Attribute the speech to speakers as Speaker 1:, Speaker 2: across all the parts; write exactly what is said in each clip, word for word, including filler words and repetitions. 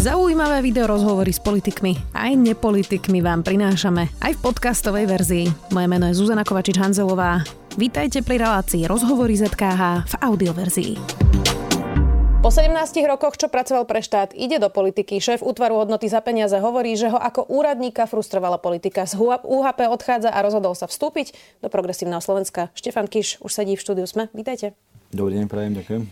Speaker 1: Zaujímavé video rozhovory s politikmi aj nepolitikmi vám prinášame aj v podcastovej verzii. Moje meno je Zuzana Kovačič-Hanzelová. Vítajte pri relácii Rozhovory zet ká há v audioverzii. Po sedemnástich rokoch, čo pracoval pre štát, ide do politiky. Šéf útvaru hodnoty za peniaze hovorí, že ho ako úradníka frustrovala politika. Z ú há pé odchádza a rozhodol sa vstúpiť do Progresívneho Slovenska. Štefan Kiš už sedí v štúdiu SME. Vítajte.
Speaker 2: Dobrý deň, prajem, ďakujem.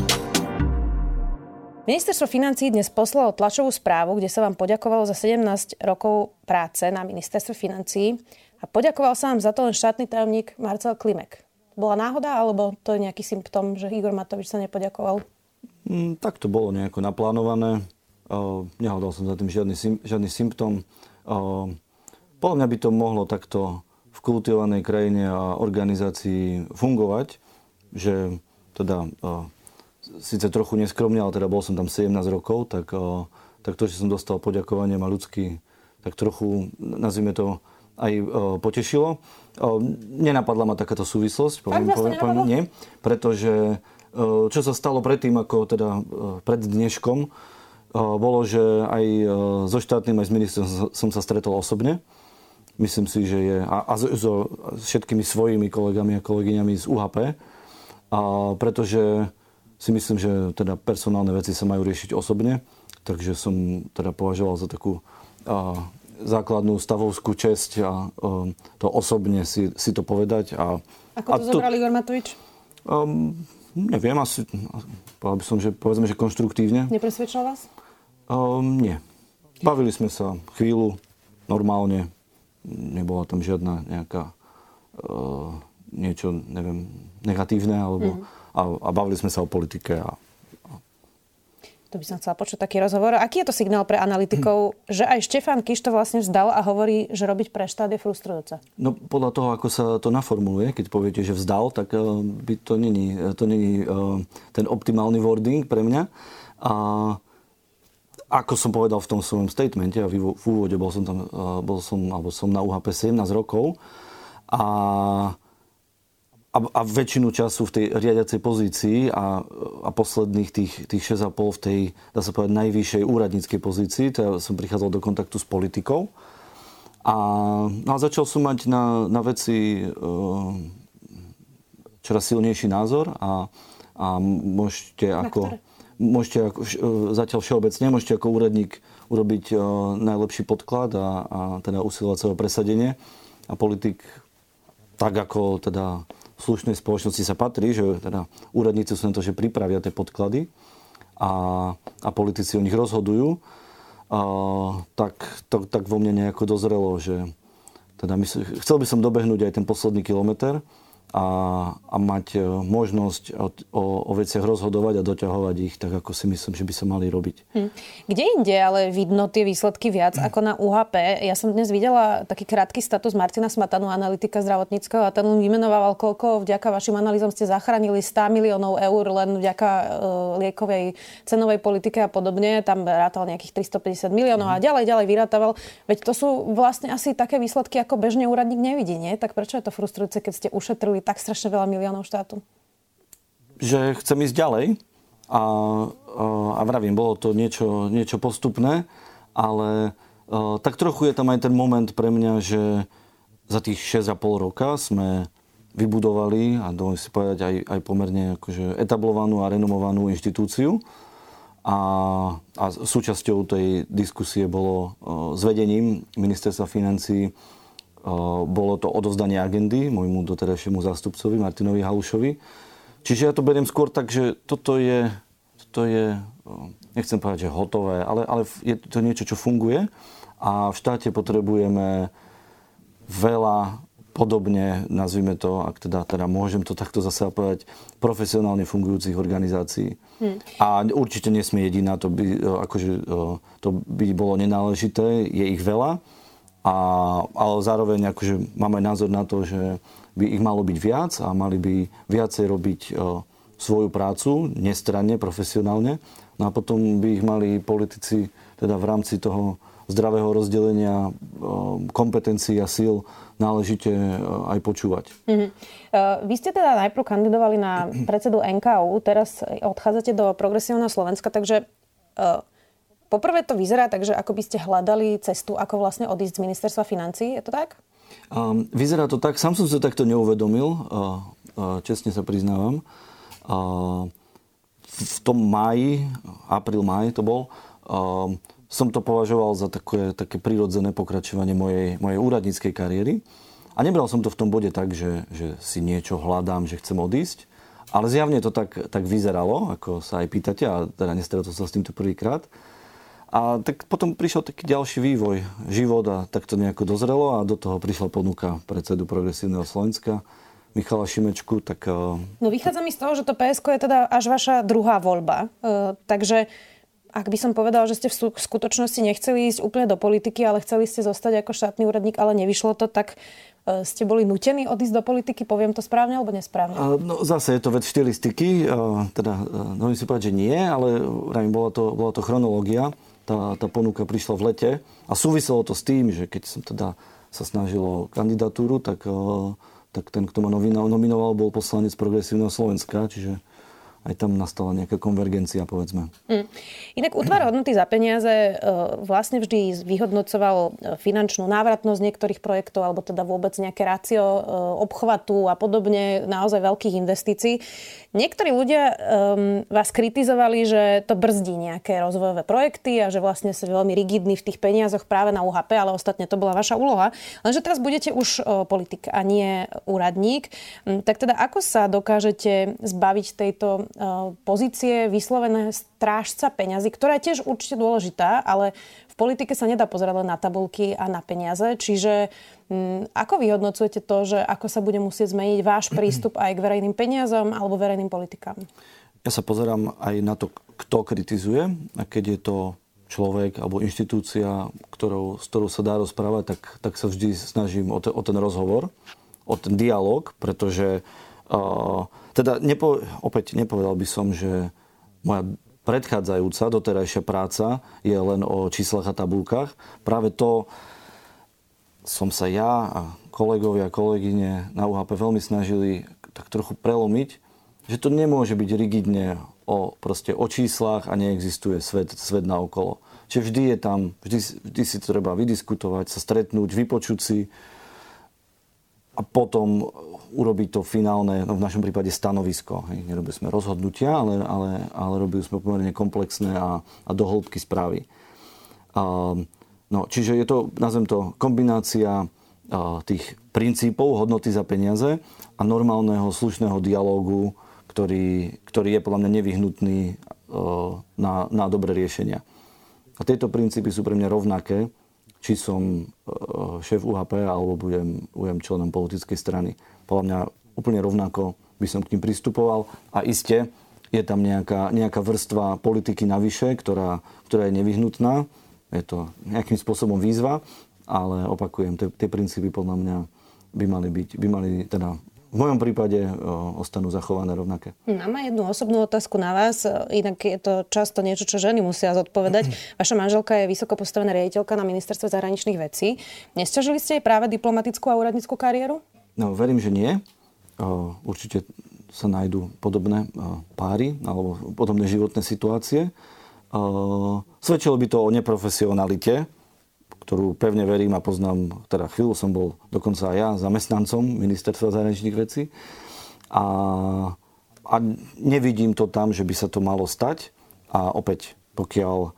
Speaker 1: Ministerstvo financií dnes poslalo tlačovú správu, kde sa vám poďakovalo za sedemnásť rokov práce na ministerstve financií a poďakoval sa vám za to len štátny tajomník Marcel Klimek. Bola náhoda, alebo to je nejaký symptóm, že Igor Matovič sa nepoďakoval?
Speaker 2: Mm, tak to bolo nejako naplánované. Uh, nehľadal som za tým žiadny, žiadny symptóm. Uh, podľa mňa by to mohlo takto v kultivovanej krajine a organizácii fungovať, že teda... Uh, síce trochu neskromne, ale teda bol som tam sedemnásť rokov, tak, tak to, že som dostal poďakovanie ma ľudský, tak trochu, nazvime to, aj potešilo. Nenapadla ma takáto súvislosť, poviem, poviem, poviem nie, pretože čo sa stalo predtým, ako teda pred dneškom, bolo, že aj so štátnym, aj s ministrom som sa stretol osobne. Myslím si, že je, a, a so všetkými svojimi kolegami a kolegyňami z ú há pé, a pretože si myslím, že teda personálne veci sa majú riešiť osobne, takže som teda považoval za takú a, základnú stavovskú česť a, a to osobne si, si to povedať. A,
Speaker 1: Ako to, to zobral Igor Matovič?
Speaker 2: Um, neviem, asi, povedal by som, že povedzme, že konštruktívne.
Speaker 1: Nepresvedčil vás?
Speaker 2: Um, nie. Bavili sme sa chvíľu, normálne, nebola tam žiadna nejaká uh, niečo, neviem, negatívne, alebo mm. A, a bavili sme sa o politike. A, a...
Speaker 1: To by som chcela počuť taký rozhovor. Aký je to signál pre analytikov, hm. že aj Štefan Kiš to vlastne vzdal a hovorí, že robiť pre štát je frustrujúce?
Speaker 2: No podľa toho, ako sa to naformuluje, keď poviete, že vzdal, tak uh, by to není, to není uh, ten optimálny wording pre mňa. A ako som povedal v tom svojom statemente, a v úvode bol som tam, uh, bol som, alebo som na ú há pé sedemnásť rokov a A, a väčšinu času v tej riadiacej pozícii a, a posledných tých, tých šesť a pol v tej, dá sa povedať, najvyššej úradníckej pozícii, teda som prichádzal do kontaktu s politikou. A, no a začal som mať na, na veci e, čoraz silnejší názor a, a môžete ako, môžete ako, zatiaľ všeobecne, môžete ako úradník urobiť e, najlepší podklad a, a teda usilovať sa o presadenie. A politik, tak ako teda v slušnej spoločnosti sa patrí, že teda úradníci sú na to, že pripravia tie podklady a, a politici o nich rozhodujú, a, tak, to, tak vo mne nejako dozrelo, že teda mysl, chcel by som dobehnúť aj ten posledný kilometr a, a mať možnosť o, o, o veciach rozhodovať a doťahovať ich tak, ako si myslím, že by sa mali robiť.
Speaker 1: Hm. Kde inde ale vidno tie výsledky viac hm. ako na ú há pé? Ja som dnes videla taký krátky status Martina Smatanu, analytika zdravotníckeho, a ten vymenoval, koľko vďaka vašim analýzom ste zachránili sto miliónov eur len vďaka e, liekovej cenovej politike a podobne. Tam rátal nejakých tristopäťdesiat miliónov hm. a ďalej, ďalej vyrátával. Veď to sú vlastne asi také výsledky, ako bežne úradník nevidí, nie? Tak prečo je to frustrujúce, keď ste ušetrili tak strašne veľa miliónov štátu?
Speaker 2: Že chcem ísť ďalej a, a vravím, bolo to niečo, niečo postupné, ale a, tak trochu je tam aj ten moment pre mňa, že za tých šesť a pol roka sme vybudovali, a dovolím si povedať aj, aj pomerne akože etablovanú a renomovanú inštitúciu. A, a súčasťou tej diskusie bolo a, s vedením ministerstva financií bolo to odovzdanie agendy môjmu doterajšiemu zástupcovi Martinovi Halušovi. Čiže ja to beriem skôr tak, že toto je, toto je nechcem povedať, že hotové, ale, ale je to niečo, čo funguje a v štáte potrebujeme veľa, podobne, nazvime to, ak teda, teda môžem to takto zase povedať, profesionálne fungujúcich organizácií. Hmm. A určite nesmie jediná, to by, akože, to by bolo nenáležité, je ich veľa. A, ale zároveň akože máme názor na to, že by ich malo byť viac a mali by viacej robiť o, svoju prácu, nestranne, profesionálne. No a potom by ich mali politici teda v rámci toho zdravého rozdelenia o, kompetencií a síl náležite o, aj počúvať. Mm-hmm.
Speaker 1: Uh, vy ste teda najprv kandidovali na predsedu en ká ú, teraz odchádzate do Progresívneho Slovenska, takže uh, poprvé to vyzerá tak, že ako by ste hľadali cestu, ako vlastne odísť z ministerstva financií. Je to tak?
Speaker 2: Um, vyzerá to tak. Sám som si to takto neuvedomil. Uh, uh, čestne sa priznávam. Uh, v tom máji, apríl, máj to bol, uh, som to považoval za také, také prirodzené pokračovanie mojej, mojej úradníckej kariéry. A nebral som to v tom bode tak, že, že si niečo hľadám, že chcem odísť. Ale zjavne to tak, tak vyzeralo, ako sa aj pýtate, a teda nestretol som sa s týmto prvýkrát. A tak potom prišiel taký ďalší vývoj, život a tak to nejako dozrelo a do toho prišla ponuka predsedu Progresívneho Slovenska, Michala Šimečku. Tak,
Speaker 1: no vychádza mi z toho, že to pé esko je teda až vaša druhá voľba. E, takže ak by som povedala, že ste v skutočnosti nechceli ísť úplne do politiky, ale chceli ste zostať ako štátny úradník, ale nevyšlo to, tak ste boli nútení odísť do politiky? Poviem to správne alebo nesprávne?
Speaker 2: No zase je to vec štilistiky. Teda, no si povedať, že nie, ale bola to, bola to chronológia. Tá, tá ponuka prišla v lete a súviselo to s tým, že keď som teda sa snažil o kandidatúru, tak, tak ten, kto ma nominoval, bol poslanec Progresívneho Slovenska, čiže aj tam nastala nejaká konvergencia, povedzme. Mm.
Speaker 1: Inak útvar hodnoty za peniaze vlastne vždy vyhodnocoval finančnú návratnosť niektorých projektov, alebo teda vôbec nejaké rácio obchvatu a podobne, naozaj veľkých investícií. Niektorí ľudia um, vás kritizovali, že to brzdí nejaké rozvojové projekty a že vlastne ste veľmi rigidní v tých peniazoch práve na ú há pé, ale ostatne to bola vaša úloha. Lenže teraz budete už uh, politik a nie úradník. Um, tak teda ako sa dokážete zbaviť tejto uh, pozície vyslovené strážca peňazí, ktorá je tiež určite dôležitá, ale v politike sa nedá pozerať len na tabuľky a na peniaze. Čiže um, ako vyhodnocujete to, že ako sa bude musieť zmeniť váš prístup aj k verejným peniazom alebo verejným politikám?
Speaker 2: Ja sa pozerám aj na to, kto kritizuje, a keď je to človek alebo inštitúcia, ktorou, s ktorou sa dá rozprávať, tak, tak sa vždy snažím o, te, o ten rozhovor, o ten dialog, pretože uh, teda nepo, opäť nepovedal by som, že moja predchádzajúca doterajšia práca je len o číslach a tabulkách. Práve to som sa ja a kolegovia a kolegyne na ú há pé veľmi snažili tak trochu prelomiť, že to nemôže byť rigidne o, proste o číslach a neexistuje svet, svet naokolo. Čiže vždy je tam, vždy, vždy si to treba vydiskutovať, sa stretnúť, vypočuť si a potom urobiť to finálne, no v našom prípade stanovisko. Hej. Nerobili sme rozhodnutia, ale, ale, ale robili sme pomerne komplexné a, a do hĺbky správy. A, no, čiže je to, nazvem to, kombinácia a, tých princípov hodnoty za peniaze a normálneho slušného dialógu, ktorý, ktorý je podľa mňa nevyhnutný a, na, na dobré riešenia. A tieto princípy sú pre mňa rovnaké, či som šéf ú há pé alebo budem, budem členom politickej strany. Podľa mňa úplne rovnako by som k nim pristupoval a iste je tam nejaká, nejaká vrstva politiky navyše, ktorá, ktorá je nevyhnutná. Je to nejakým spôsobom výzva, ale opakujem, tie, tie princípy podľa mňa by mali byť, by mali teda v mojom prípade o, ostanú zachované rovnaké.
Speaker 1: Mám aj jednu osobnú otázku na vás. Inak je to často niečo, čo ženy musia zodpovedať. Vaša manželka je vysoko postavená riaditeľka na ministerstve zahraničných vecí. Nesťažili ste jej práve diplomatickú a úradnícku kariéru?
Speaker 2: No, verím, že nie. O, určite sa nájdú podobné o, páry alebo podobné životné situácie. O, svedčilo by to o neprofesionalite, ktorú pevne verím a poznám, teda chvíľu som bol dokonca aj ja zamestnancom ministerstva zahraničných vecí a, a nevidím to tam, že by sa to malo stať a opäť, pokiaľ uh,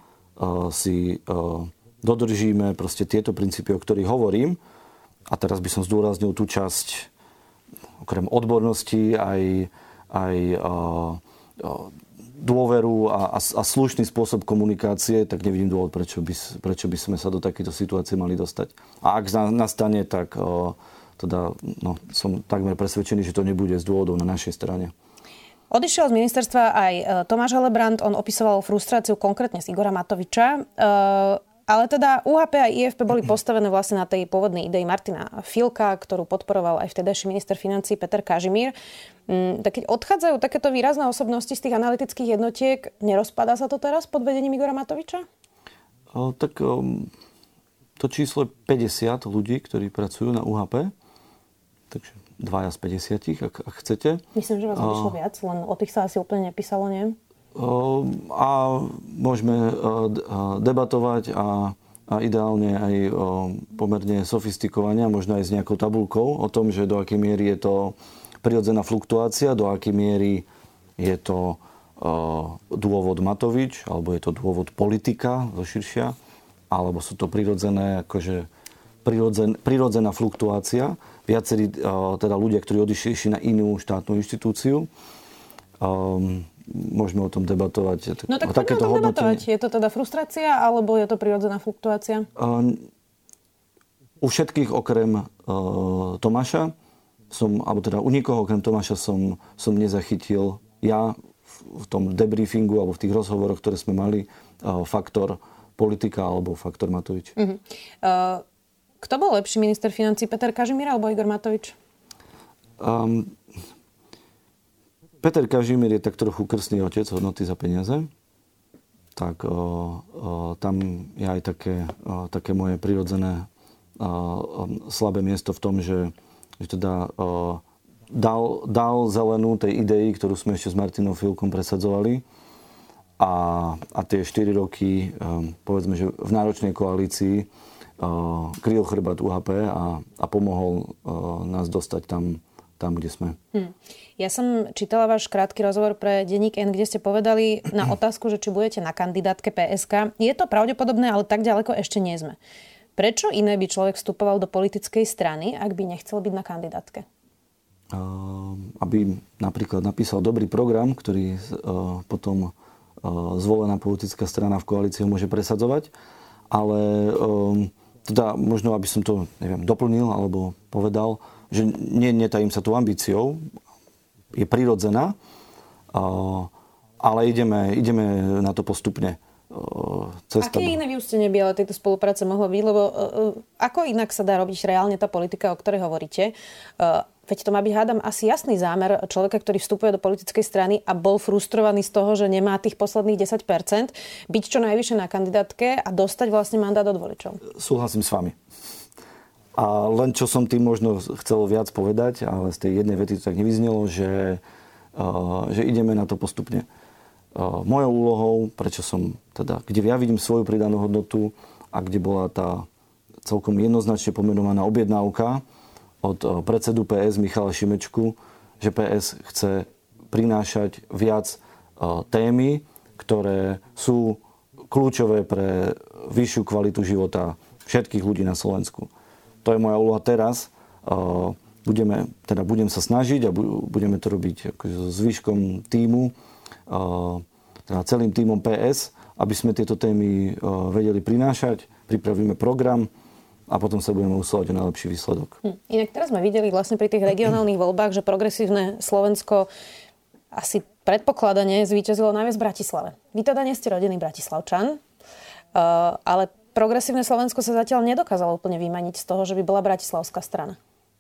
Speaker 2: si uh, dodržíme proste tieto princípy, o ktorých hovorím, a teraz by som zdôraznil tú časť okrem odbornosti aj, aj uh, uh, dôveru a, a, a slušný spôsob komunikácie, tak nevidím dôvod, prečo by, prečo by sme sa do takéto situácie mali dostať. A ak nastane, tak o, teda, no, som takmer presvedčený, že to nebude z dôvodov na našej strane.
Speaker 1: Odišiel z ministerstva aj Tomáš Helebrant, on opisoval frustráciu konkrétne z Igora Matoviča. E- Ale teda ú há pé a í ef pé boli postavené vlastne na tej pôvodnej idei Martina Filka, ktorú podporoval aj vtedajší minister financií Peter Kažimír. Tak keď odchádzajú takéto výrazné osobnosti z tých analytických jednotiek, nerozpadá sa to teraz pod vedením Igora Matoviča?
Speaker 2: O, tak o, to číslo je päťdesiat ľudí, ktorí pracujú na ú há pé. Takže dvaja z päťdesiat, ak, ak chcete.
Speaker 1: Myslím, že vás vyšlo viac, len o tých sa asi úplne nepísalo, nie?
Speaker 2: A môžeme debatovať a, a ideálne aj pomerne sofistikovane, možno aj s nejakou tabuľkou o tom, že do akej miery je to prirodzená fluktuácia, do akej miery je to dôvod Matovič, alebo je to dôvod politika zoširšia, alebo sú to prirodzené, akože prirodzen, prirodzená fluktuácia. Viacerí teda ľudia, ktorí odišli na inú štátnu inštitúciu. Um, môžeme o tom debatovať.
Speaker 1: No tak poďme o tom debatovať. Je to teda frustrácia, alebo je to prirodzená fluktuácia? Um,
Speaker 2: u všetkých okrem uh, Tomáša som, alebo teda u nikoho okrem Tomáša som, som nezachytil ja v, v tom debriefingu alebo v tých rozhovoroch, ktoré sme mali, uh, faktor politika alebo faktor Matovič. Uh-huh.
Speaker 1: Uh, kto bol lepší minister financií, Peter Kažimír alebo Igor Matovič?
Speaker 2: Um, Peter Kažimír je tak trochu krstný otec hodnoty za peniaze. Tak o, o, tam je aj také, o, také moje prirodzené o, o, slabé miesto v tom, že, že teda o, dal, dal zelenú tej idei, ktorú sme ešte s Martinom Filkom presadzovali. A, a tie štyri roky, o, povedzme, že v náročnej koalícii o, kryl chrbát ú há pé a, a pomohol o, nás dostať tam, tam, kde sme.
Speaker 1: Hm. Ja som čítala váš krátky rozhovor pre denník N, kde ste povedali na otázku, že či budete na kandidátke pé es ká. Je to pravdepodobné, ale tak ďaleko ešte nie sme. Prečo iné by človek vstupoval do politickej strany, ak by nechcel byť na kandidátke?
Speaker 2: Uh, aby napríklad napísal dobrý program, ktorý uh, potom uh, zvolená politická strana v koalícii môže presadzovať. Ale um, teda možno, aby som to neviem, doplnil alebo povedal, že nie, netajím sa tu ambíciou, je prirodzená, ale ideme, ideme na to postupne. Cesta.
Speaker 1: Aké iné vyústenie by ale tejto spolupráce mohlo byť? Lebo ako inak sa dá robiť reálne tá politika, o ktorej hovoríte? Veď to má byť, hádam, asi jasný zámer človeka, ktorý vstupuje do politickej strany a bol frustrovaný z toho, že nemá tých posledných desať percent, byť čo najvyššie na kandidátke a dostať vlastne mandát od voličov.
Speaker 2: Súhlasím s vami. A len čo som tým možno chcel viac povedať, ale z tej jednej vety to tak nevyznelo, že, uh, že ideme na to postupne. Uh, mojou úlohou, prečo som teda, kde ja vidím svoju pridanú hodnotu a kde bola tá celkom jednoznačne pomenovaná objednávka od uh, predsedu pé es Michala Šimečku, že pé es chce prinášať viac uh, témy, ktoré sú kľúčové pre vyššiu kvalitu života všetkých ľudí na Slovensku. To je moja úloha teraz. Budeme, teda budem sa snažiť a budeme to robiť akože so zvyškom tímu, teda celým tímom pé es, aby sme tieto témy vedeli prinášať. Pripravíme program a potom sa budeme usilovať o najlepší výsledok. Hm.
Speaker 1: Inak teraz sme videli vlastne pri tých regionálnych voľbách, že progresívne Slovensko asi predpokladane zvíťazilo najviac v Bratislave. Vy teda nie ste rodený Bratislavčan, ale progresívne Slovensko sa zatiaľ nedokázalo úplne vymaniť z toho, že by bola bratislavská strana.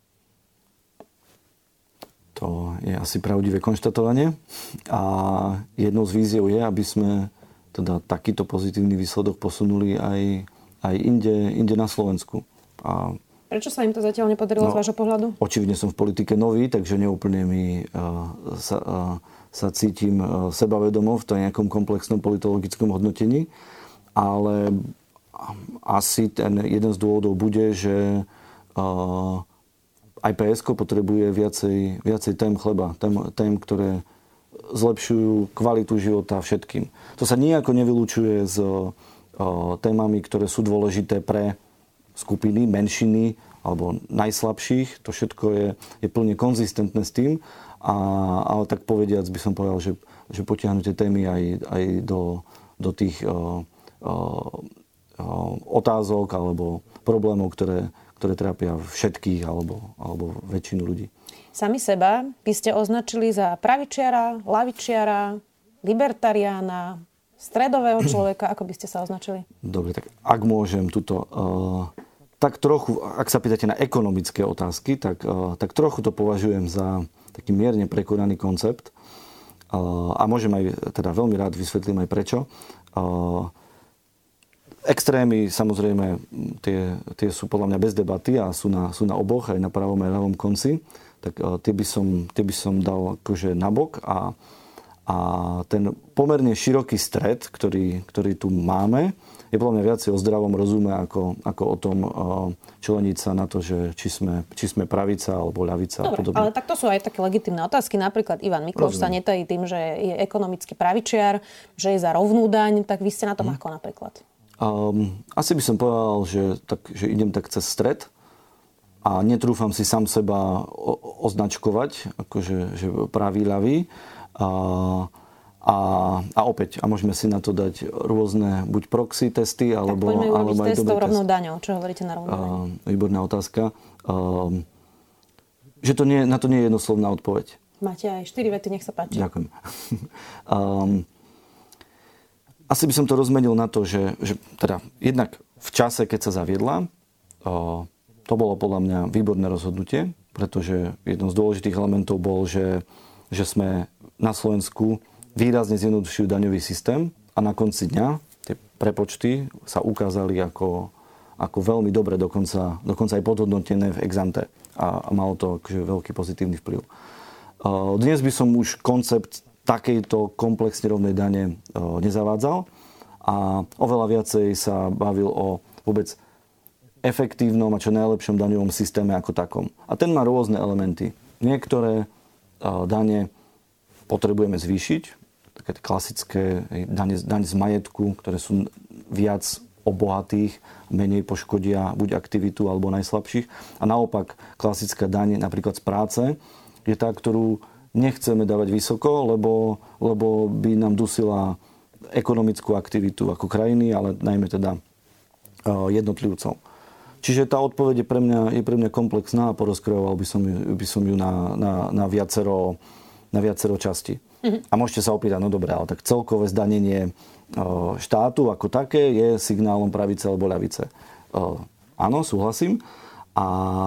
Speaker 2: To je asi pravdivé konštatovanie. A jednou z víziev je, aby sme teda takýto pozitívny výsledok posunuli aj, aj inde, inde na Slovensku. A
Speaker 1: prečo sa im to zatiaľ nepodarilo no, z vášho pohľadu?
Speaker 2: Očividne som v politike nový, takže neúplne mi uh, sa, uh, sa cítim uh, sebavedomo v tom nejakom komplexnom politologickom hodnotení. Ale asi ten jeden z dôvodov bude, že uh, aj pé esko potrebuje viacej, viacej tém chleba, tém, tém, ktoré zlepšujú kvalitu života všetkým. To sa nijako nevylučuje s uh, témami, ktoré sú dôležité pre skupiny, menšiny alebo najslabších. To všetko je, je plne konzistentné s tým. A, ale tak povediac by som povedal, že, že potiahnu tie témy aj, aj do, do tých uh, uh, otázok alebo problémov, ktoré, ktoré trápia všetkých alebo, alebo väčšinu ľudí.
Speaker 1: Sami seba by ste označili za pravičiara, lavičiara, libertariána, stredového človeka. Ako by ste sa označili?
Speaker 2: Dobre, tak ak môžem tuto... Uh, tak trochu, ak sa pýtate na ekonomické otázky, tak, uh, tak trochu to považujem za taký mierne prekonaný koncept. Uh, a môžem aj, teda veľmi rád vysvetlím aj prečo. Uh, Extrémy, samozrejme, tie, tie sú podľa mňa bez debaty a sú na, sú na oboch, aj na pravom aj ľavom konci. Tak uh, tie, by som, tie by som dal akože nabok a, a A ten pomerne široký stred, ktorý, ktorý tu máme, je podľa mňa viacej o zdravom rozume ako, ako o tom členiť sa na to, že či sme, či sme pravica alebo ľavica.
Speaker 1: Dobre,
Speaker 2: a podobne.
Speaker 1: ale tak to sú aj také legitímne otázky. Napríklad Ivan Mikloš sa netají tým, že je ekonomický pravičiar, že je za rovnú daň. Tak vy ste na tom hmm. ako napríklad? Um, asi by som povedal, že, tak, že idem tak cez stred a netrúfam si sám seba o, označkovať, akože že pravý, ľavý. A, a, a opäť, a môžeme si na to dať rôzne buď proxy testy, alebo, tak poďme
Speaker 2: alebo aj
Speaker 1: test
Speaker 2: dobrý
Speaker 1: rovnou
Speaker 2: test.
Speaker 1: daňou. Čo hovoríte na rovnou daňou?
Speaker 2: Výborná otázka. Um, že to nie, na to nie je jednoslovná odpoveď.
Speaker 1: Máte aj štyri vety, nech sa páči.
Speaker 2: Ďakujem. um, asi by som to rozmenil na to, že, že teda jednak v čase, keď sa zaviedla, uh, to bolo podľa mňa výborné rozhodnutie, pretože jeden z dôležitých elementov bol, že, že sme na Slovensku výrazne zjednodušujú daňový systém a na konci dňa tie prepočty sa ukázali ako, ako veľmi dobre, dokonca, dokonca aj podhodnotené v ex ante a, a malo to akože veľký pozitívny vplyv. Dnes by som už koncept takejto komplexne rovnej dane nezavádzal a oveľa viacej sa bavil o vôbec efektívnom a čo najlepšom daňovom systéme ako takom. A ten má rôzne elementy. Niektoré dane potrebujeme zvýšiť, také klasické dane, daň z majetku, ktoré sú viac o bohatých, menej poškodia buď aktivitu alebo najslabších. A naopak klasická daň napríklad z práce je tá, ktorú nechceme dávať vysoko, lebo, lebo by nám dusila ekonomickú aktivitu ako krajiny, ale najmä teda jednotlivcov. Čiže tá odpoveď je pre mňa, je pre mňa komplexná a porozkrojoval by som, by som ju na, na, na viacero na viacero časti. Mm-hmm. A môžete sa opýtať, no dobré, ale tak celkové zdanenie štátu ako také je signálom pravice alebo ľavice. Áno, súhlasím. A,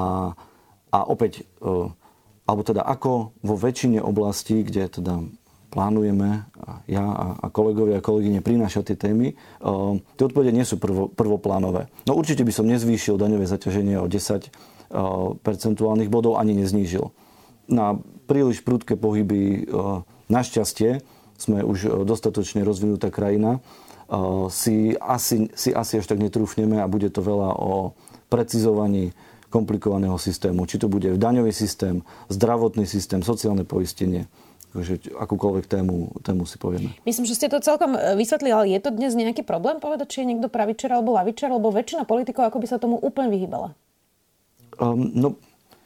Speaker 2: a opäť, alebo teda ako vo väčšine oblastí, kde teda plánujeme, ja a kolegovia a kolegyne prinášať tie témy, tie odpovede nie sú prvo, prvoplánové. No určite by som nezvýšil daňové zaťaženie o desať percentuálnych bodov, ani neznížil. Na príliš prudké pohyby, našťastie, sme už dostatočne rozvinutá krajina, si asi, si asi až tak netrúfneme a bude to veľa o precizovaní komplikovaného systému. Či to bude daňový systém, zdravotný systém, sociálne poistenie, takže akúkoľvek tému, tému si povieme.
Speaker 1: Myslím, že ste to celkom vysvetlili, ale je to dnes nejaký problém povedať, či je niekto pravičer alebo lavičer, lebo väčšina politikov ako by sa tomu úplne vyhýbala? Um, no,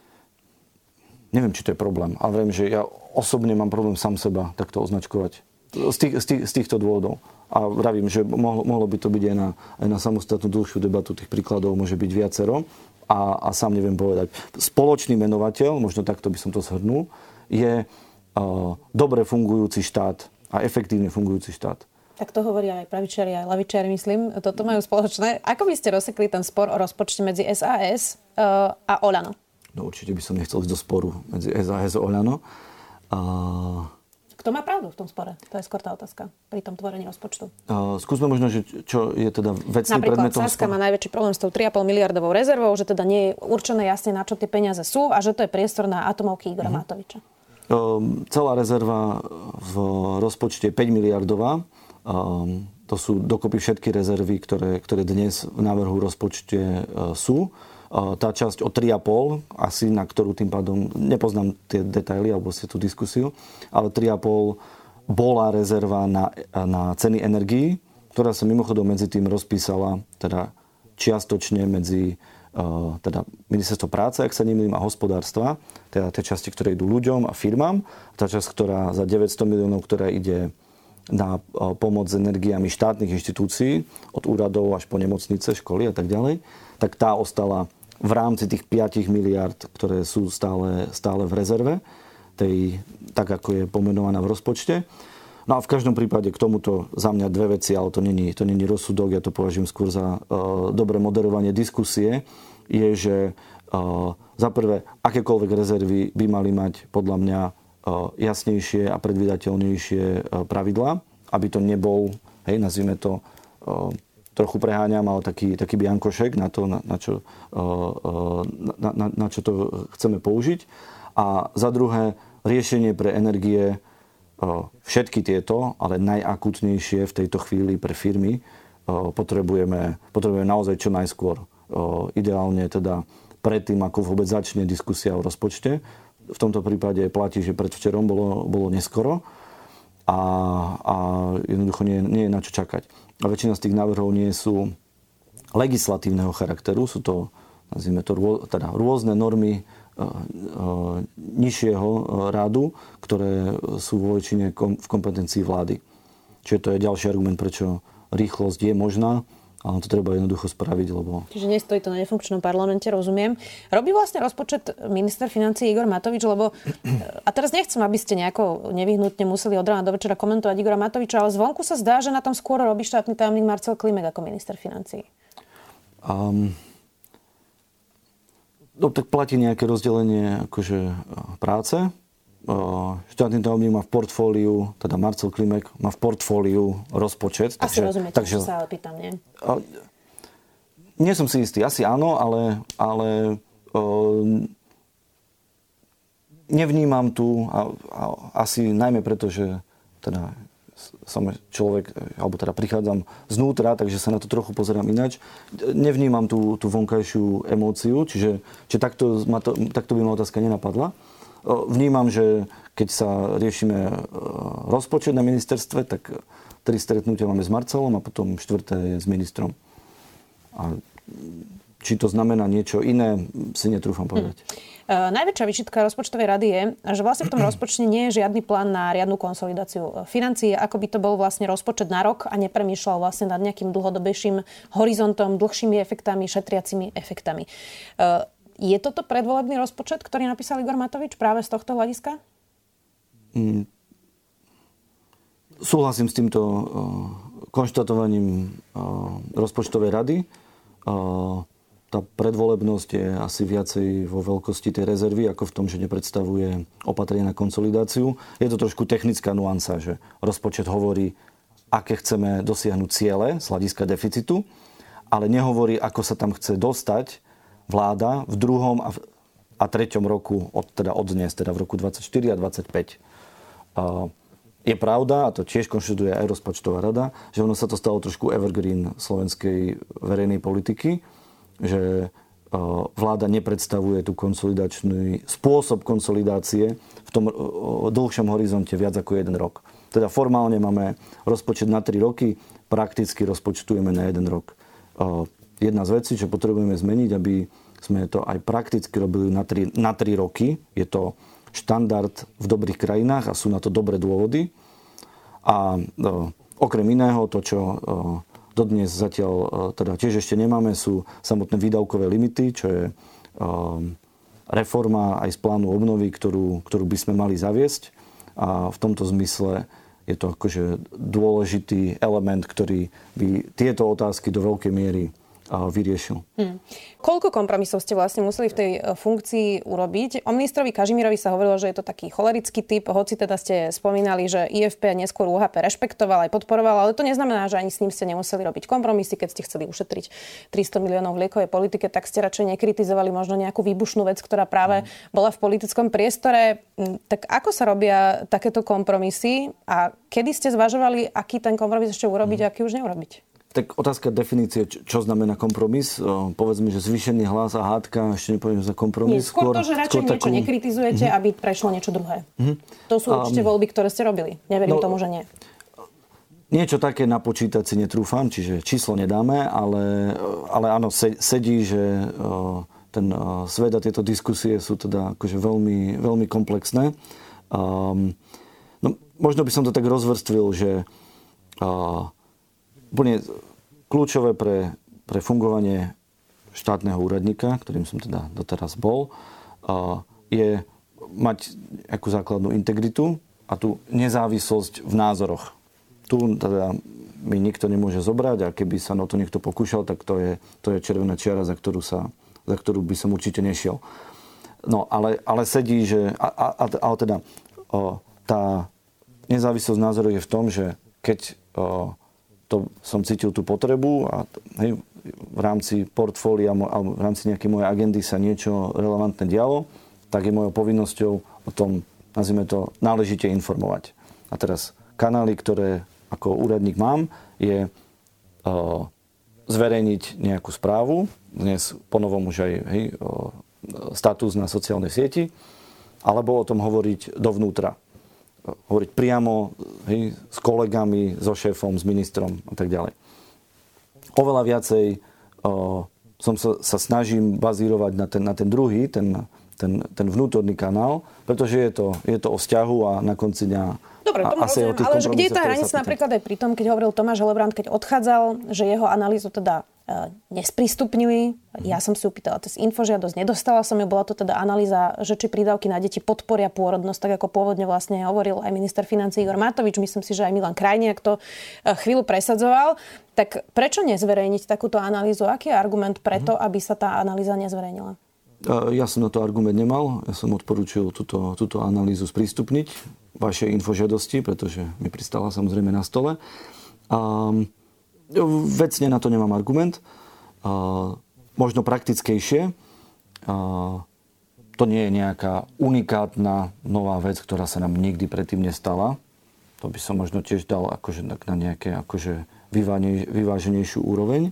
Speaker 1: neviem, či to je problém, ale viem, že ja osobne mám problém sám seba takto označkovať. Z, tých, z, tých, z týchto dôvodov. A vravím, že mohlo, mohlo by to byť aj na, aj na samostatnú dlhšiu debatu. Tých príkladov môže byť viacero. A, a sám neviem povedať. Spoločný menovateľ, možno takto by som to zhrnul, je uh, dobre fungujúci štát a efektívne fungujúci štát. Tak to hovoria aj pravičiari, aj lavičiari, myslím. Toto majú spoločné. Ako by ste rozsekli ten spor o rozpočte medzi es a es uh, a Oľano?
Speaker 2: No určite by som nechcel ísť do sporu medzi es a es a Oľano. Uh,
Speaker 1: Kto má pravdu v tom spore? To je skôr tá otázka pri tom tvorení rozpočtu.
Speaker 2: Uh, skúsme možno, že čo je teda vecný predmetom sporu.
Speaker 1: Napríklad Saska má najväčší problém s tou tri a pol miliardovou rezervou, že teda nie je určené jasne, na čo tie peniaze sú a že to je priestor na atomovky Igora uh-huh. Matoviča. Um, celá rezerva v rozpočte je päť miliardová. Um, to sú dokopy všetky rezervy, ktoré, ktoré dnes v návrhu rozpočte uh, sú. Tá časť o tri a pol, asi na ktorú tým pádom, nepoznám tie detaily alebo si tú diskusiu, ale tri a pol bola rezerva na, na ceny energií, ktorá sa mimochodom medzi tým rozpísala teda čiastočne medzi uh, teda ministerstvo práce, ak sa nemýlim, a hospodárstva, teda tie časti, ktoré idú ľuďom a firmám, tá časť, ktorá za deväťsto miliónov, ktorá ide na uh, pomoc s energiami štátnych inštitúcií, od úradov až po nemocnice, školy a tak ďalej, tak tá ostala v rámci tých päť miliárd, ktoré sú stále, stále v rezerve, tej, tak ako je pomenovaná v rozpočte. No a v každom prípade k tomuto za mňa dve veci, ale to není, to není rozsudok, ja to považujem skôr za uh, dobré moderovanie diskusie, je, že uh, za prvé, akékoľvek rezervy by mali mať podľa mňa uh, jasnejšie a predvídateľnejšie uh, pravidlá, aby to nebol, hej, nazvime to, uh, trochu preháňam, ale taký, taký biankošek na to, na, na, čo, na, na, na čo to chceme použiť. A za druhé, riešenie pre energie
Speaker 2: všetky tieto, ale najakútnejšie v tejto chvíli pre firmy potrebujeme, potrebujeme naozaj čo najskôr. Ideálne teda predtým, ako vôbec začne diskusia o rozpočte. V tomto prípade platí, že predvčerom bolo, bolo neskoro a, a jednoducho nie, nie je na čo čakať. A väčšina z tých návrhov nie sú legislatívneho charakteru, sú to, nazvime to, teda rôzne normy nižšieho rádu, ktoré sú vo väčšine v kompetencii vlády. Čiže to je ďalší argument, prečo rýchlosť je možná, ale to treba jednoducho spraviť, lebo...
Speaker 1: Čiže nestojí to na nefunkčnom parlamente, rozumiem. Robí vlastne rozpočet minister financií Igor Matovič, lebo... A teraz nechcem, aby ste nejako nevyhnutne museli od rána do večera komentovať Igora Matoviča, ale zvonku sa zdá, že na tom skôr robí štátny tajomník Marcel Klimek ako minister financií. Um...
Speaker 2: No, tak platí nejaké rozdelenie akože práce. Štátny tajomník má v portfóliu, teda Marcel Klimek má v portfóliu rozpočet.
Speaker 1: Asi takže, rozumiete, takže, čo sa ale pýtam, nie?
Speaker 2: Nie som si istý. Asi áno, ale, ale uh, nevnímam tu, a, a, asi najmä preto, že teda som človek, alebo teda prichádzam znútra, takže sa na to trochu pozerám ináč. Nevnímam tú, tú vonkajšiu emóciu, čiže, čiže takto, ma to, takto by ma otázka nenapadla. Vnímam, že keď sa riešime rozpočet na ministerstve, tak tri stretnutia máme s Marcelom a potom štvrté je s ministrom. A či to znamená niečo iné, si netrúfam povedať.
Speaker 1: Hmm. Uh, najväčšia výčitka rozpočtovej rady je, že vlastne v tom rozpočte nie je žiadny plán na riadnu konsolidáciu financií, ako by to bol vlastne rozpočet na rok a nepremýšľal vlastne nad nejakým dlhodobejším horizontom, dlhšími efektami, šetriacimi efektami. Uh, je toto predvolebný rozpočet, ktorý napísal Igor Matovič práve z tohto hľadiska? Mm.
Speaker 2: Súhlasím s týmto uh, konštatovaním uh, rozpočtovej rady. Uh, Tá predvolebnosť je asi viacej vo veľkosti tej rezervy, ako v tom, že nepredstavuje opatrenie na konsolidáciu. Je to trošku technická nuansa, že rozpočet hovorí, aké chceme dosiahnuť ciele z hľadiska deficitu, ale nehovorí, ako sa tam chce dostať vláda v druhom a, v, a treťom roku, od, teda od dnes, teda v roku dvadsaťštyri a dvadsaťpäť. Uh, je pravda, a to tiež konštatuje aj rozpočtová rada, že ono sa to stalo trošku evergreen slovenskej verejnej politiky, že vláda nepredstavuje tú konsolidačný spôsob konsolidácie v tom dlhšom horizonte viac ako jeden rok. Teda formálne máme rozpočet na tri roky, prakticky rozpočtujeme na jeden rok. Jedna z vecí, čo potrebujeme zmeniť, aby sme to aj prakticky robili na tri, na tri roky, je to štandard v dobrých krajinách a sú na to dobré dôvody. A okrem iného to, čo dodnes zatiaľ teda tiež ešte nemáme, sú samotné výdavkové limity, čo je um, reforma aj z plánu obnovy, ktorú, ktorú by sme mali zaviesť. A v tomto zmysle je to akože dôležitý element, ktorý by tieto otázky do veľkej miery vyriešil. Hmm.
Speaker 1: Koľko kompromisov ste vlastne museli v tej funkcii urobiť? O ministrovi Kažimírovi sa hovorilo, že je to taký cholerický typ, hoci teda ste spomínali, že í ef pé neskôr ú há pé rešpektoval aj podporoval, ale to neznamená, že ani s ním ste nemuseli robiť kompromisy. Keď ste chceli ušetriť tristo miliónov v liekovej politike, tak ste radšej nekritizovali možno nejakú výbušnú vec, ktorá práve hmm. bola v politickom priestore. Tak ako sa robia takéto kompromisy a kedy ste zvažovali, aký ten kompromis ešte urobiť hmm. a aký už neurobiť?
Speaker 2: Tak otázka definície, čo znamená kompromis. O, povedzme, že zvýšený hlas a hádka, ešte nepoviem za kompromis.
Speaker 1: Nie, skôr, skôr to, že radšej niečo takú... nekritizujete, mm-hmm. aby prešlo niečo druhé. Mm-hmm. To sú určite um, voľby, ktoré ste robili. Neverím no, tomu, že nie.
Speaker 2: Niečo také napočítať si netrúfam, čiže číslo nedáme, ale, ale áno, sedí, že o, ten o, svet a tieto diskusie sú teda akože veľmi, veľmi komplexné. Um, no, možno by som to tak rozvrstvil, že o, úplne kľúčové pre, pre fungovanie štátneho úradníka, ktorým som teda doteraz bol, je mať akú základnú integritu a tú nezávislosť v názoroch. Tu teda mi nikto nemôže zobrať a keby sa na to niekto pokúšal, tak to je, to je červená čiara, za ktorú, sa, za ktorú by som určite nešiel. No, ale, ale sedí, že... A, a, ale teda o, tá nezávislosť názorov je v tom, že keď... O, to som cítil tú potrebu a hej, v rámci portfólia alebo v rámci nejakej mojej agendy sa niečo relevantné dialo, tak je mojou povinnosťou o tom, nazvime to, náležite informovať. A teraz kanály, ktoré ako úradník mám, je uh, zverejniť nejakú správu, dnes ponovom už aj hej, uh, status na sociálnej sieti, alebo o tom hovoriť dovnútra. Uh, hovoriť priamo hej, s kolegami, so šéfom, s ministrom a tak ďalej. Oveľa viacej uh, som sa, sa snažím bazírovať na ten, na ten druhý, ten, ten, ten vnútorný kanál, pretože je to, je to o vzťahu a na konci dňa
Speaker 1: dobre, tomu rozumiem, ale že kde je tá hranica napríklad aj pri tom, keď hovoril Tomáš Helebrant, keď odchádzal, že jeho analýzu teda e, nesprístupnili. Ja som si upýtala cez infožiadosť, nedostala som ju, bola to teda analýza, že či prídavky na deti podporia pôrodnosť, tak ako pôvodne vlastne hovoril aj minister financií Igor Matovič, myslím si, že aj Milan Krajniak to e, chvíľu presadzoval. Tak prečo nezverejniť takúto analýzu? Aký je argument preto, aby sa tá analýza nezverejnila?
Speaker 2: Ja som na to argument nemal. Ja som odporúčil túto, túto analýzu sprístupniť vašej infožiadosti, pretože mi pristala samozrejme na stole. A vecne na to nemám argument. A možno praktickejšie. A to nie je nejaká unikátna nová vec, ktorá sa nám nikdy predtým nestala. To by som možno tiež dal akože na nejaké akože vyváženejšiu úroveň.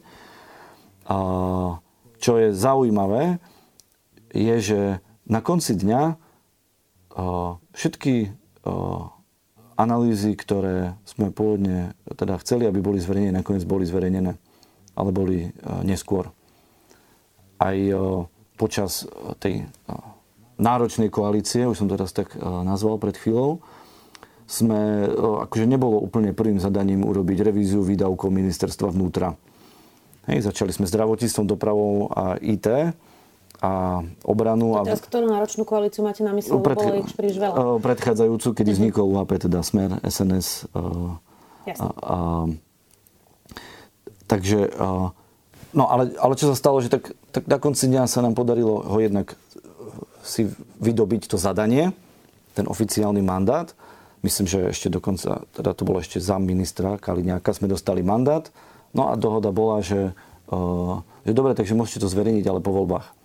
Speaker 2: A čo je zaujímavé, je, že na konci dňa uh, všetky uh, analýzy, ktoré sme pôvodne teda chceli, aby boli zverejnené, nakoniec boli zverejnené, ale boli uh, neskôr. Aj uh, počas tej uh, náročnej koalície, už som to teraz tak uh, nazval pred chvíľou, sme, uh, akože nebolo úplne prvým zadaním urobiť revíziu výdavkov ministerstva vnútra. Hej, začali sme zdravotníctvom, dopravou a í té a obranu.
Speaker 1: A teraz ktorú náročnú koalíciu máte na mysli,
Speaker 2: Pred,
Speaker 1: bolo ich príliš veľa?
Speaker 2: Predchádzajúcu, kedy uh-huh. vznikol ú há pé, teda Smer, es en es. Uh, a, a, takže, uh, no ale, ale čo sa stalo, že tak, tak na konci dňa sa nám podarilo ho jednak si vydobiť to zadanie, ten oficiálny mandát. Myslím, že ešte dokonca, teda to bolo ešte za ministra Kaliňáka, sme dostali mandát. No a dohoda bola, že, uh, že dobre, takže môžete to zverejniť, ale po voľbách.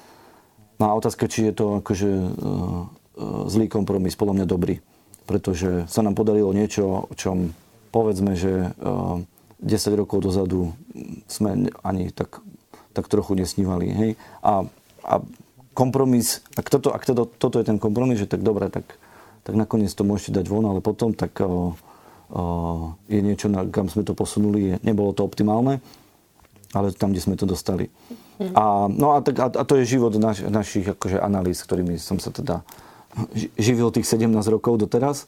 Speaker 2: No a otázka, či je to akože uh, uh, zlý kompromis, podľa mňa dobrý. Pretože sa nám podarilo niečo, o čom povedzme, že uh, desať rokov dozadu sme ani tak, tak trochu nesnívali. Hej? A, a kompromis, ak, toto, ak toto, toto je ten kompromis, že tak dobre, tak, tak nakoniec to môžete dať von, ale potom tak uh, uh, je niečo, na, kam sme to posunuli. Nebolo to optimálne, ale tam, kde sme to dostali. A, no a, tak, a, a to je život naš, našich akože analýz, ktorými som sa teda živil tých sedemnásť rokov doteraz.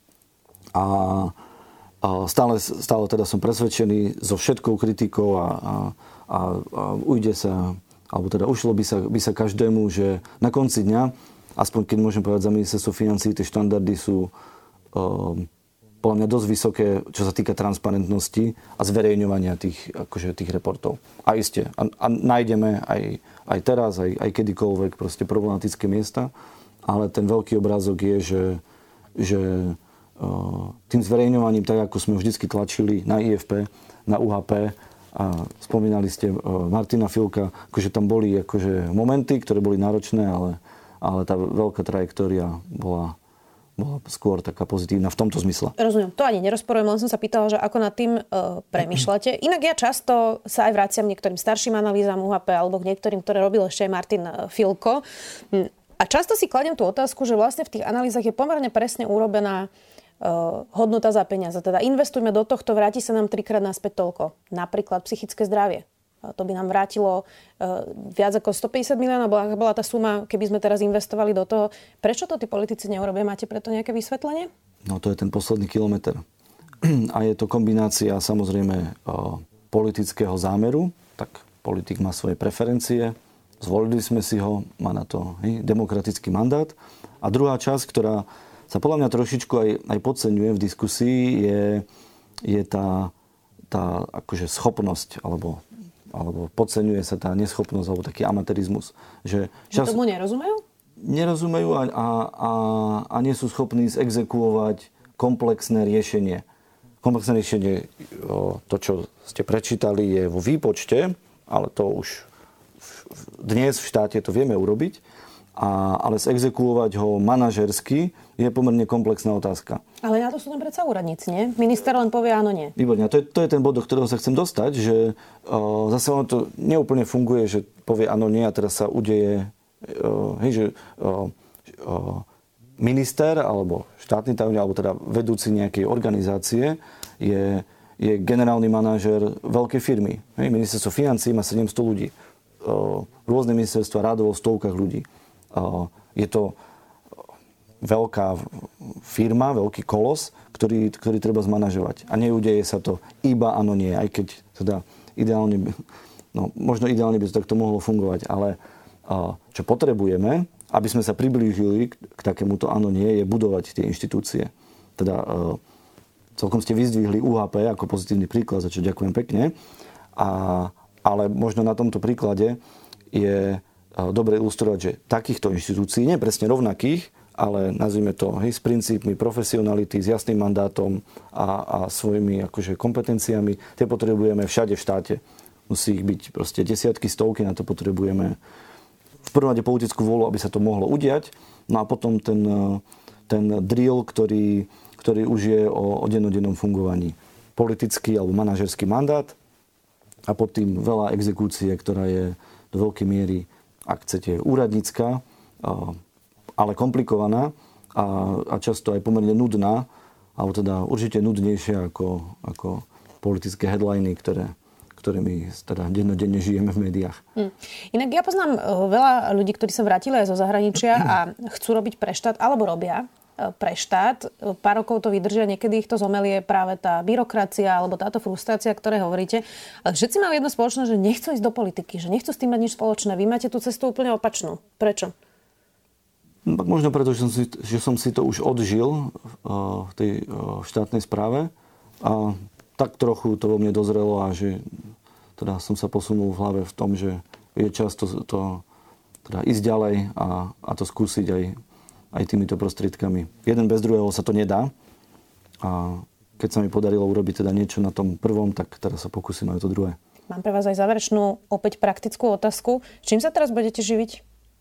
Speaker 2: A, a stále, stále teda som presvedčený so všetkou kritikou a, a, a, a ujde sa, alebo teda ušlo by sa, by sa každému, že na konci dňa, aspoň keď môžem povedať za ministerstvo financií, tie štandardy sú um, podľa mňa dosť vysoké, čo sa týka transparentnosti a zverejňovania tých, akože, tých reportov. A iste, a, a nájdeme aj, aj teraz, aj, aj kedykoľvek proste problematické miesta, ale ten veľký obrázok je, že, že uh, tým zverejňovaním, tak ako sme vždycky tlačili na í ef pé, na ú há pé, a spomínali ste uh, Martina Filka, akože tam boli akože momenty, ktoré boli náročné, ale, ale tá veľká trajektória bola bola skôr taká pozitívna v tomto zmysle. Rozumiem,
Speaker 1: to ani nerozporujem, len som sa pýtala, že ako nad tým e, premýšľate. Inak ja často sa aj vraciam niektorým starším analýzam ú há pé alebo k niektorým, ktoré robil ešte aj Martin Filko. A často si kladiem tú otázku, že vlastne v tých analýzach je pomerne presne urobená e, hodnota za peniaze. Teda investujme do tohto, vráti sa nám trikrát naspäť toľko. Napríklad psychické zdravie. To by nám vrátilo uh, viac ako stopäťdesiat miliónov, bola, bola tá suma, keby sme teraz investovali do toho. Prečo to tí politici neurobia? Máte preto nejaké vysvetlenie?
Speaker 2: No to je ten posledný kilometr. A je to kombinácia samozrejme uh, politického zámeru. Tak politik má svoje preferencie, zvolili sme si ho, má na to hej, demokratický mandát. A druhá časť, ktorá sa podľa mňa trošičku aj, aj podceňuje v diskusii, je, je tá, tá akože schopnosť, alebo alebo podceňuje sa tá neschopnosť, alebo taký amatérizmus. Že
Speaker 1: čas... Tomu nerozumejú?
Speaker 2: Nerozumejú a, a, a, a nie sú schopní zexekuovať komplexné riešenie. Komplexné riešenie, to, čo ste prečítali, je vo výpočte, ale to už dnes v štáte to vieme urobiť, A, ale zexekuovať ho manažersky je pomerne komplexná otázka.
Speaker 1: Ale na to sú tam predsa úradníci, nie? Minister len povie áno, nie.
Speaker 2: Výborne. To je, to je ten bod, do ktorého sa chcem dostať, že uh, zase ono to neúplne funguje, že povie áno, nie a teraz sa udeje, uh, hej, že uh, uh, minister alebo štátny tajomník, alebo teda vedúci nejakej organizácie je, je generálny manažér veľkej firmy. Hej, ministerstvo financií má sedemsto ľudí. Uh, rôzne ministerstva rádovo v stovkách ľudí. Uh, je to veľká firma, veľký kolos, ktorý, ktorý treba zmanažovať. A neudeje sa to iba áno, nie. Aj keď teda ideálne, no možno ideálne by to takto mohlo fungovať. Ale uh, čo potrebujeme, aby sme sa priblížili k, k takémuto áno, nie, je budovať tie inštitúcie. Teda uh, celkom ste vyzdvihli ú há pé ako pozitívny príklad, za čo ďakujem pekne. A, ale možno na tomto príklade je uh, dobre ilustrovať, že takýchto inštitúcií, nie presne rovnakých, ale nazvime to hej, s princípmi profesionality, s jasným mandátom a, a svojimi akože, kompetenciami. Tie potrebujeme všade v štáte. Musí ich byť proste desiatky, stovky, na to potrebujeme v prvom rade politickú vôľu, aby sa to mohlo udiať. No a potom ten, ten drill, ktorý, ktorý už je o, o dennodennom fungovaní. Politický alebo manažerský mandát a pod tým veľa exekúcie, ktorá je do veľkej miery, ak chcete, úradnícka, ale komplikovaná a, a často aj pomerne nudná, alebo teda určite nudnejšia ako, ako politické headliny, ktoré, ktorými teda dennodenne žijeme v médiách. Hmm.
Speaker 1: Inak ja poznám veľa ľudí, ktorí sa vrátili aj zo zahraničia a chcú robiť pre štát, alebo robia pre štát. Pár rokov to vydržia, niekedy ich to zomelie práve tá byrokracia alebo táto frustrácia, ktoré hovoríte. Ale všetci majú jedno spoločné, že nechcú ísť do politiky, že nechcú s tým mať nič spoločné. Vy máte tú cestu úplne opačnú. Prečo?
Speaker 2: No, možno preto, že som, si, že som si to už odžil uh, v tej uh, štátnej správe a tak trochu to vo mne dozrelo a že teda som sa posunul v hlave v tom, že je čas to, to teda ísť ďalej a, a to skúsiť aj, aj týmito prostriedkami. Jeden bez druhého sa to nedá a keď sa mi podarilo urobiť teda niečo na tom prvom, tak teraz sa pokúsim aj to druhé.
Speaker 1: Mám pre vás aj záverečnú, opäť praktickú otázku. Čím sa teraz budete živiť?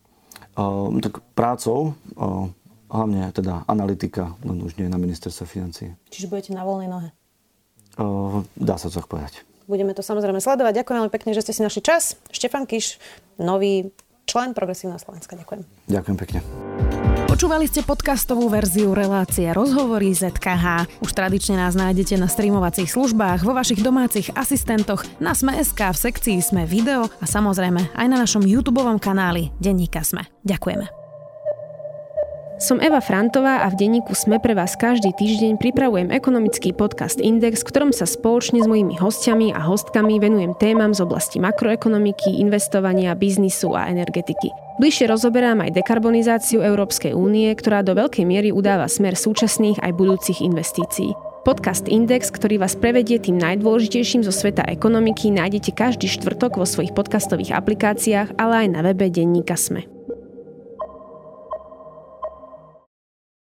Speaker 2: Uh, tak prácou, uh, hlavne teda analytika, len už nie na ministerstve financií.
Speaker 1: Čiže budete na voľnej nohe?
Speaker 2: Uh, dá sa to tak povedať.
Speaker 1: Budeme to samozrejme sledovať. Ďakujem veľmi pekne, že ste si našli čas. Štefan Kiš, nový člen Progresívneho Slovenska. Ďakujem.
Speaker 2: Ďakujem pekne.
Speaker 3: Počúvali ste podcastovú verziu relácie Rozhovory zet ká há. Už tradične nás nájdete na streamovacích službách, vo vašich domácich asistentoch, na Sme bodka es ká v sekcii Sme video a samozrejme aj na našom YouTubeovom kanáli Denníka Sme. Ďakujeme. Som Eva Frantová a v denníku Sme pre vás každý týždeň pripravujem ekonomický podcast Index, v ktorom sa spoločne s mojimi hostiami a hostkami venujem témam z oblasti makroekonomiky, investovania, biznisu a energetiky. Bližšie rozoberám aj dekarbonizáciu Európskej únie, ktorá do veľkej miery udáva smer súčasných aj budúcich investícií. Podcast Index, ktorý vás prevedie tým najdôležitejším zo sveta ekonomiky, nájdete každý štvrtok vo svojich podcastových aplikáciách, ale aj na webe denníka Sme.